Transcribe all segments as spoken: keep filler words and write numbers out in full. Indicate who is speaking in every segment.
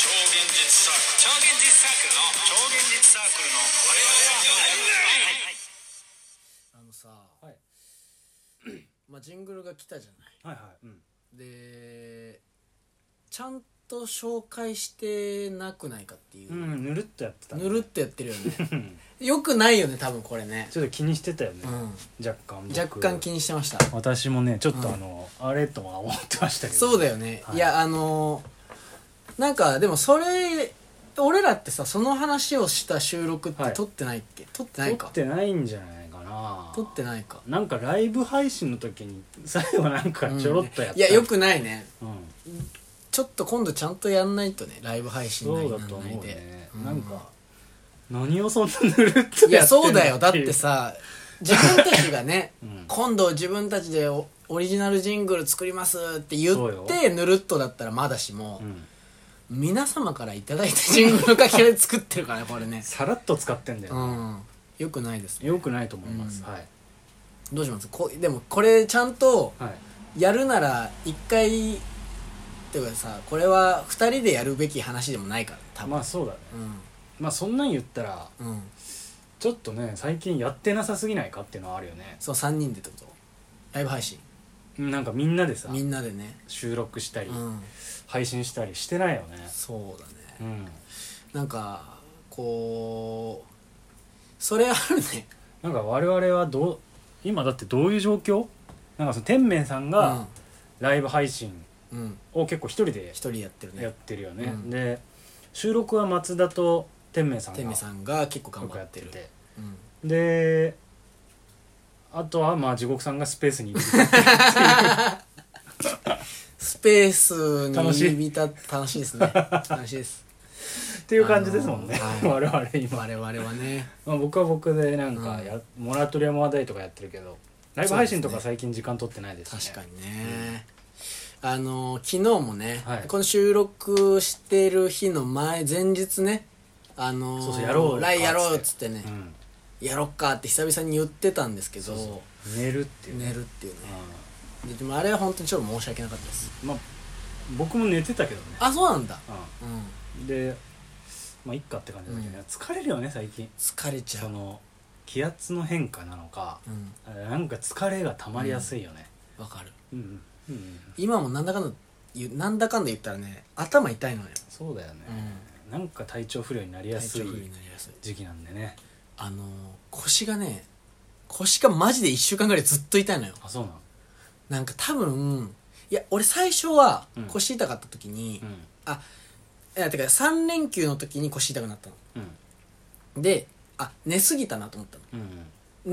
Speaker 1: 実サークル超現実サークルの超現実サークルの我々はあのさ、
Speaker 2: はい
Speaker 3: まあジングルが来たじゃない。
Speaker 2: はいはい、うん、
Speaker 3: でちゃんと紹介してなくないかっていう、
Speaker 2: うん、ぬるっとやってた、ね、
Speaker 3: ぬるっとやってるよねよくないよね多分これね。
Speaker 2: ちょっと気にしてたよね、
Speaker 3: うん、
Speaker 2: 若干僕
Speaker 3: 若干気にしてました。
Speaker 2: 私もねちょっとあの、うん、あれとは思ってましたけど、
Speaker 3: そうだよね、はい、いやあのなんかでもそれ俺らってさその話をした収録って撮ってないっけ、はい、撮ってないか。
Speaker 2: 撮ってないんじゃないかな。
Speaker 3: 撮ってないか。
Speaker 2: なんかライブ配信の時に最後なんかちょろっとやった、うん、
Speaker 3: いやよくないね、
Speaker 2: うん、
Speaker 3: ちょっと今度ちゃんとやんないとねライブ配信ない
Speaker 2: そうだと思うね、
Speaker 3: うん、
Speaker 2: なんか何をそんなぬるっとやってんの。
Speaker 3: いやそうだよ。だってさ自分たちがね、うん、今度自分たちで オ, オリジナルジングル作りますって言ってぬるっとだったらまだしも、うん、皆様からいただいたジングルかけで作ってるからねこれね
Speaker 2: さらっと使ってんだよ、ね、
Speaker 3: うん、よくないですね。
Speaker 2: よくないと思います、うん、はい。
Speaker 3: どうしますこでもこれちゃんとやるなら一回っていうかさこれはふたりでやるべき話でもないから多分。
Speaker 2: まあそうだね、うん、まあそんなん言ったら、うん、ちょっとね最近やってなさすぎないかっていうのはあるよね。
Speaker 3: そうさんにんでってことライブ配信
Speaker 2: なんかみんなでさ
Speaker 3: みんなでね
Speaker 2: 収録したり、うん、配信したりしてないよね。
Speaker 3: そうだね、
Speaker 2: うん、
Speaker 3: なんかこうそれあるね。
Speaker 2: なんか我々はどう今だってどういう状況なんかその天明さんがライブ配信を結構一人で
Speaker 3: 一人やってるね
Speaker 2: やってるよね、うん、で収録は松田と天明さんが
Speaker 3: 天明さんが結構頑張ってる
Speaker 2: て、うん、であとはまあ地獄さんがスペースに入れて
Speaker 3: スペースに入れびた楽しいですね楽しいです
Speaker 2: っていう感じですもんね、あのー、我々今
Speaker 3: 我々はね、
Speaker 2: まあ、僕は僕でなんかや、うん、モラトリアム話題とかやってるけどライブ配信とか最近時間取ってないですね。
Speaker 3: 確かにね、うん、あの昨日もね、はい、この収録してる日の前前日ねあのー、
Speaker 2: そうそうやろう
Speaker 3: ライやろうっつってね、うん、やろっかって久々に言ってたんですけど、
Speaker 2: そうそう寝るっていう
Speaker 3: ね寝るっていうね、うん、で, でもあれは本当にちょっと申し訳なかったです。
Speaker 2: まあ僕も寝てたけどね。
Speaker 3: あそうなんだ、
Speaker 2: うん、でまあいっかって感じだけど、ね、うん、疲れるよね最近。
Speaker 3: 疲れちゃう。
Speaker 2: その気圧の変化なのか、うん、なんか疲れが溜まりやすいよね。
Speaker 3: わ、うん、かる、
Speaker 2: うんうん、
Speaker 3: 今もなんだかんだなんだかんだ言ったらね頭痛いのよ。
Speaker 2: そうだよね、うん、なんか体調不良になりやすい時期なんでね。
Speaker 3: あの腰がね腰がマジでいっしゅうかんぐらいずっと痛いのよ。
Speaker 2: あそうなの。
Speaker 3: なんか多分いや俺最初は腰痛かった時に、うん、あいやてかさん連休の時に腰痛くなったの、うん、であ寝すぎたなと思ったの、うんうん、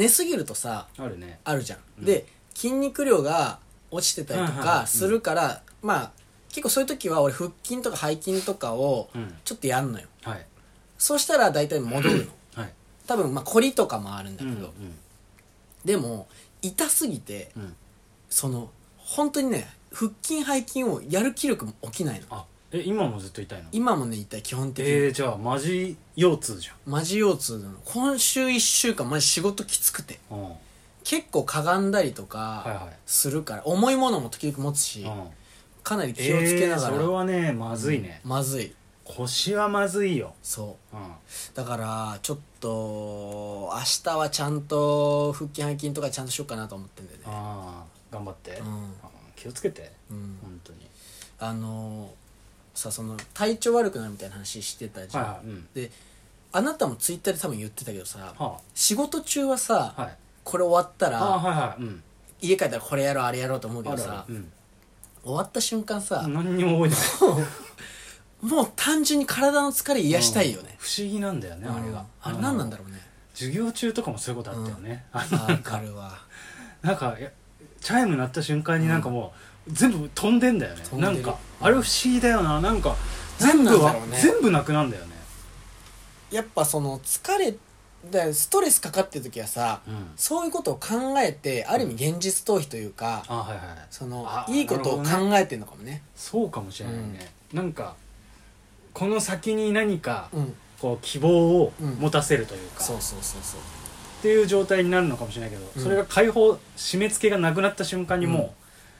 Speaker 3: 寝すぎるとさ
Speaker 2: あるね
Speaker 3: あるじゃん、うん、で筋肉量が落ちてたりとかするから、うん、まあ結構そういう時は俺腹筋とか背筋とかをちょっとやんのよ、うんはい、そうしたら大体戻るの、はい、多分まあ凝りとかもあるんだけど、うんうん、でも痛すぎて、うん、その本当にね腹筋背筋をやる気力も起きないの。
Speaker 2: あえ今もずっと痛いの。
Speaker 3: 今もね痛い基本的に。
Speaker 2: えー、じゃあマジ腰痛じゃん。
Speaker 3: マジ腰痛なの。今週いっしゅうかんマジ仕事きつくて、うん、結構かがんだりとかするから、はいはい、重いものも時々持つし、うん、かなり気をつけながら、
Speaker 2: えー、それはねまずいね、
Speaker 3: うん、まずい。
Speaker 2: 腰はまずいよ。
Speaker 3: そう、うん、だからちょっと明日はちゃんと腹筋背筋とかちゃんとしようかなと思ってんだよね。
Speaker 2: ああ頑張って、うん、気をつけて、うん、本当に
Speaker 3: あのさその体調悪くなるみたいな話してたじゃん、はいはいうん、であなたもツイッターで多分言ってたけどさ、はあ、仕事中はさ、はい、これ終わったら、
Speaker 2: はいはいうん、
Speaker 3: 家帰ったらこれやろうあれやろうと思うけどさ、うん、終わった瞬間さ
Speaker 2: 何にも覚えてない
Speaker 3: もう単純に体の疲れ癒したいよね、
Speaker 2: うん、不思議なんだよね、うん、あれが
Speaker 3: あれ何なんだろうね。
Speaker 2: 授業中とかもそういうことあったよね、
Speaker 3: うん、分かるわ
Speaker 2: なんかチャイム鳴った瞬間になんかもう、うん、全部飛んでんだよね。なんかあれ不思議だよな。なんか全部は、ね、全部なくなんだよね。
Speaker 3: やっぱその疲れだストレスかかってる時はさ、うん、そういうことを考えてある意味現実逃避というか、うんあはいはい、そのいいことを考えてるのかもね。
Speaker 2: そうかもしれないね、うん、なんかこの先に何か、うん、こう希望を持たせるというか、
Speaker 3: そうそうそうそう
Speaker 2: っていう状態になるのかもしれないけど、うん、それが解放締め付けがなくなった瞬間にも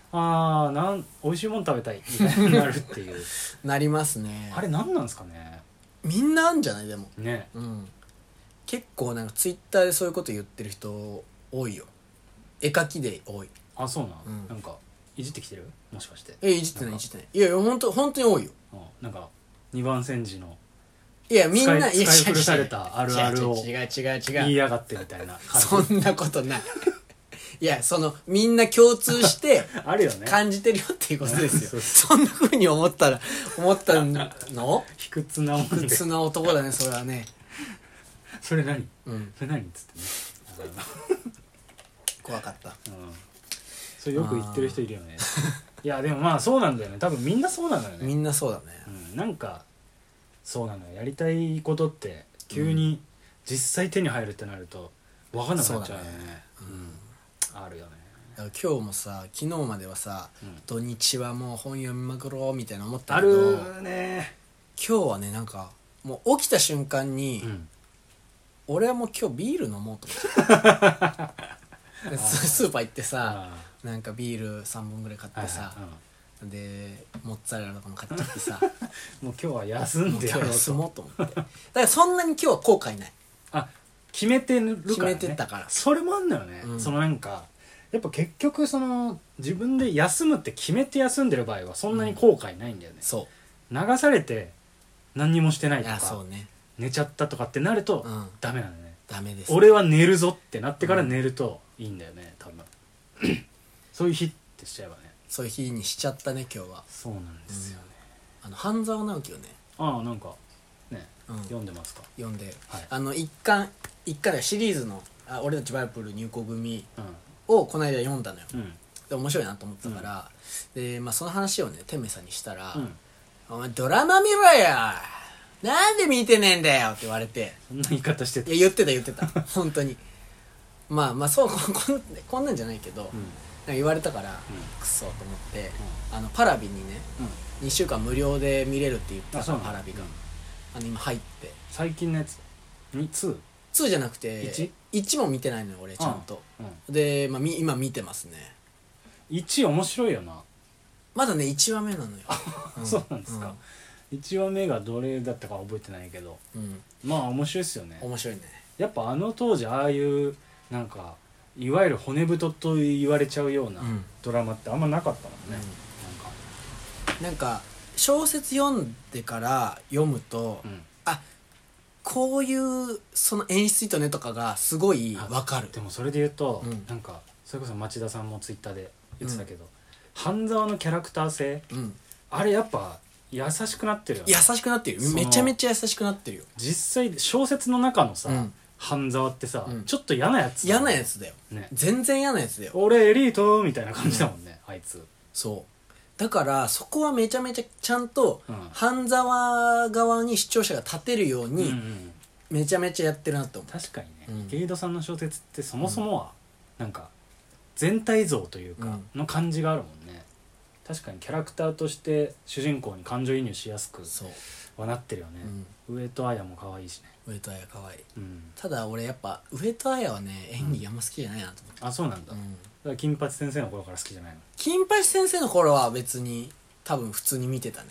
Speaker 2: ああなん美味しいもん食べたいみたいになるっていう
Speaker 3: なりますね。
Speaker 2: あれ何なんですかね。
Speaker 3: みんなあんじゃないでも、
Speaker 2: ね、
Speaker 3: うん、結構なんかツイッターでそういうこと言ってる人多いよ。絵描きで多い。
Speaker 2: あそうな、
Speaker 3: うん、
Speaker 2: なんかいじってきてるもしかして。
Speaker 3: えいじってないいじってない。いやいや本当本当に多いよ。
Speaker 2: あなんか二番煎じの
Speaker 3: いやみんな
Speaker 2: 使い使い古されたあるあるを
Speaker 3: 違う違う違う違う
Speaker 2: 言いやがってみたいな感じ。
Speaker 3: そんなことないいやそのみんな共通して
Speaker 2: あるよね
Speaker 3: 感じてるよっていうことですよ
Speaker 2: そう
Speaker 3: そんな風に思ったら思ったの
Speaker 2: 卑屈なもん
Speaker 3: 普
Speaker 2: で
Speaker 3: 通な男だねそれはね。
Speaker 2: それ何、
Speaker 3: うん、
Speaker 2: それ何っつってね
Speaker 3: 怖かった、
Speaker 2: うん、それよく言ってる人いるよねいやでもまあそうなんだよね多分みんなそうなのよね。
Speaker 3: みんなそうだね、
Speaker 2: うん、なんかそうなのよやりたいことって急に実際手に入るってなると分かんなくなっちゃうよね。うん、あるよね。
Speaker 3: だから今日もさ昨日まではさ、うん、土日はもう本読みまくろうみたいな思ったけど
Speaker 2: あるね。
Speaker 3: 今日はねなんかもう起きた瞬間に、うん、俺はもう今日ビール飲もうと思ってスーパー行ってさなんかビールさんぼんぐらい買ってさ、はいはいうん、でモッツァレラとかも買っちゃってさ
Speaker 2: もう今日は休んでやろうと。今日
Speaker 3: 休もうと思ってだからそんなに今日は後悔ない。
Speaker 2: あ決めてるからね。
Speaker 3: 決めてたから
Speaker 2: それもあんだよね、うん、そのなんかやっぱ結局その自分で休むって決めて休んでる場合はそんなに後悔ないんだよね、うん、そう流されて何にもしてないとかそう、ね、寝ちゃったとかってなると、うん、ダメなんだよね。
Speaker 3: ダメです、ね、
Speaker 2: 俺は寝るぞってなってから寝るといいんだよね多分そういう日ってしちゃえばね。
Speaker 3: そういう日にしちゃったね今日は。
Speaker 2: そうなんですよね、
Speaker 3: うん、あの半沢直樹をね
Speaker 2: ああなんかね、うん、読んでますか。
Speaker 3: 読んで、はい、あの一巻一巻でシリーズのあ俺たちバイプル入校組をこの間読んだのよ、うん、で面白いなと思ったから、うん、で、まあ、その話をね天明さんにしたら、うん、お前ドラマ見ろよなんで見てねえんだよって言われて。
Speaker 2: そんな言い方してた。
Speaker 3: いや言ってた言ってた本当にまあまあそう こ, こ, んこんなんじゃないけど、うん、なんか言われたから、うん、クソと思って、うん、あのパラビにね、うん、にしゅうかん無料で見れるって言ってたパラビが、うん、あの今入って
Speaker 2: 最近のやつに ツー?
Speaker 3: ツー じゃなくて いち? いちも見てないのよ俺ちゃんと、うんうん、で、まあ、み今見てますね。
Speaker 2: いち面白いよな。
Speaker 3: まだねいちわめなのよ
Speaker 2: うん、そうなんですか、うん、いちわめがどれだったか覚えてないけど、うん、まあ面白いですよね。
Speaker 3: 面白いね。や
Speaker 2: っぱあの当時ああいうなんかいわゆる骨太と言われちゃうようなドラマってあんまなかったもんね、
Speaker 3: うん、なんかなんか小説読んでから読むと、うん、あこういうその演出意図ねとかがすごい分かる。
Speaker 2: でもそれで言うと、うん、なんかそれこそ町田さんもツイッターで言ってたけど、うん、半沢のキャラクター性、うん、あれやっぱ優しくなってるよね。
Speaker 3: 優しくなってるよ。めちゃめちゃ優しくなってるよ。
Speaker 2: 実際小説の中のさ、うん、半沢ってさ、うん、ちょっと嫌なやつ
Speaker 3: 嫌なやつだよ、ね、全然嫌なやつだよ。
Speaker 2: 俺エリートみたいな感じだもんね、うん、あいつ。
Speaker 3: そうだからそこはめちゃめちゃちゃんと半沢側に視聴者が立てるようにめちゃめちゃやってるなと思う。
Speaker 2: 確かにね、うん、ゲイドさんの小説ってそもそもはなんか全体像というかの感じがあるもんね。確かにキャラクターとして主人公に感情移入しやすくはなってるよね、うん、上戸彩も可愛いしね。
Speaker 3: 上戸彩可愛い、うん、ただ俺やっぱ上戸彩はね演技あんま好きじゃないなと思って、
Speaker 2: うん、あそうなんだ、うん、だから金八先生の頃から好きじゃないの。
Speaker 3: 金八先生の頃は別に多分普通に見てたね、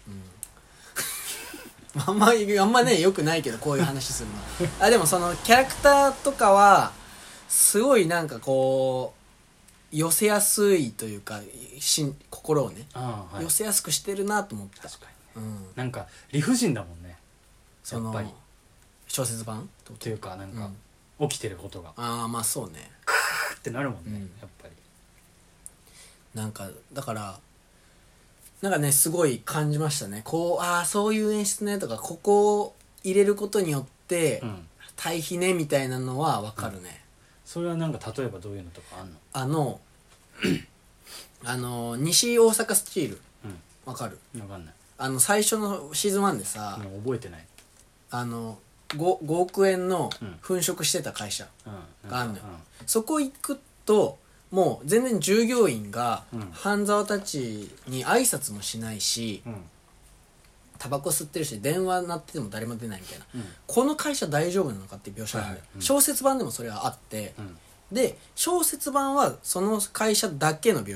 Speaker 3: うんうん、あんまあんまねよくないけどこういう話するのあでもそのキャラクターとかはすごいなんかこう寄せやすいというかし心をね、はい、寄せやすくしてるなと思った。
Speaker 2: 確かに、ね、うん、なんか理不尽だもんね
Speaker 3: そのやっぱり小説版
Speaker 2: というかなんか、うん、起きてることが
Speaker 3: ああまあそうね
Speaker 2: クーってなるもんね、うん、やっぱり
Speaker 3: なんかだからなんかねすごい感じましたね。こうああそういう演出ねとかここを入れることによって、うん、対比ねみたいなのは分かるね、うん、それはなんか例えばどういうのとかあんの？あのあの西大阪スチール、うん、分かる？分かんない。あの最初のシーズンワンでさ、うん、覚えてない。あの 5, ごおくえんの粉飾してた会社があるのよ、うんうん、そこ行くともう全然従業員が半沢たちに挨拶もしないし、うん、タバコ吸ってるし電話鳴ってても誰も出ないみたいな、うん、この会社大丈夫なのかっていう描写がある、はいはいうん、小説版でもそれはあって、うん、で小説版はその会社だけの描写なの、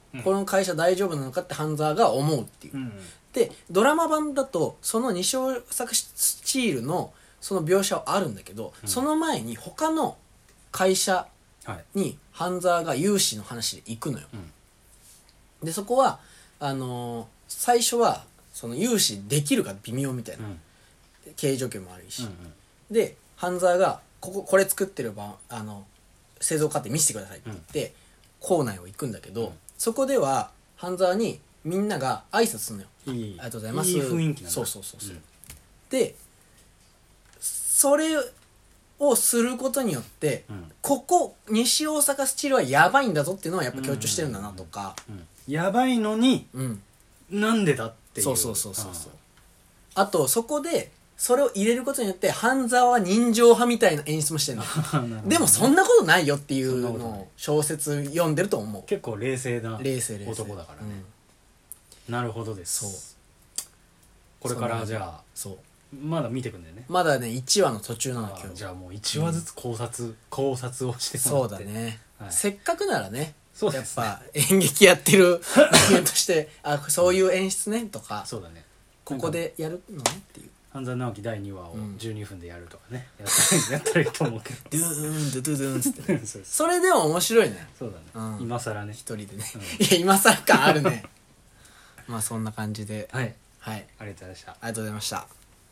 Speaker 3: うん、この会社大丈夫なのかって半沢が思うっていう、うん、でドラマ版だとその西大阪スチールのその描写はあるんだけど、うん、その前に他の会社に半沢が融資の話で行くのよ、うん、でそこはあのー、最初はその融資できるか微妙みたいな、うん、経営状況も悪いし、うんうん、で半沢がこここれ作ってる場あの製造過程見せてくださいって言って、うん、校内を行くんだけど、うん、そこでは半沢にみんなが挨拶するのよ。いいありがとうございます。
Speaker 2: いい雰囲気なんだ。
Speaker 3: そうそうそうそう、うん、でそれをすることによって、うん、ここ西大阪スチールはやばいんだぞっていうのはやっぱ強調してるんだなとか、
Speaker 2: うんうんうんうん、やばいのに、うん、なんでだっていう。
Speaker 3: そうそうそうそうそう。あとそこでそれを入れることによって半沢は人情派みたいな演出もしてるの、ね、でもそんなことないよっていうのを小説読んでると思う。
Speaker 2: 結構冷静な男だからね、うん、なるほどです。そうこれからじゃあそうまだ見てくんだよね。まだね
Speaker 3: いちわの途中なの今日。
Speaker 2: じゃあもういちわずつ考察、うん、考察をして
Speaker 3: もらって。そうだね、はい、せっかくならねそうですね、やっぱ演劇やってる人間としてあそういう演出ねとか
Speaker 2: そうだね
Speaker 3: ここでやるのねっていう。
Speaker 2: 半沢直樹だいにわをじゅうにふんでやるとかね、うん、やったらやったらいいと思うけど
Speaker 3: ドゥーンドゥドゥドゥーンつってねそ, それでも面白いね。
Speaker 2: そうだね、うん、今更ね
Speaker 3: 一人でね、うん、いや今更感あるねまあそんな感じで
Speaker 2: はい、
Speaker 3: はい、
Speaker 2: ありがとうございました。あ
Speaker 3: りがとうございました。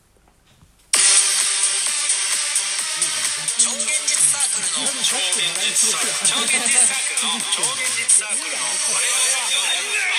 Speaker 1: 超現実サークルの超現実サークル超現実サークルの超現実サークルの我々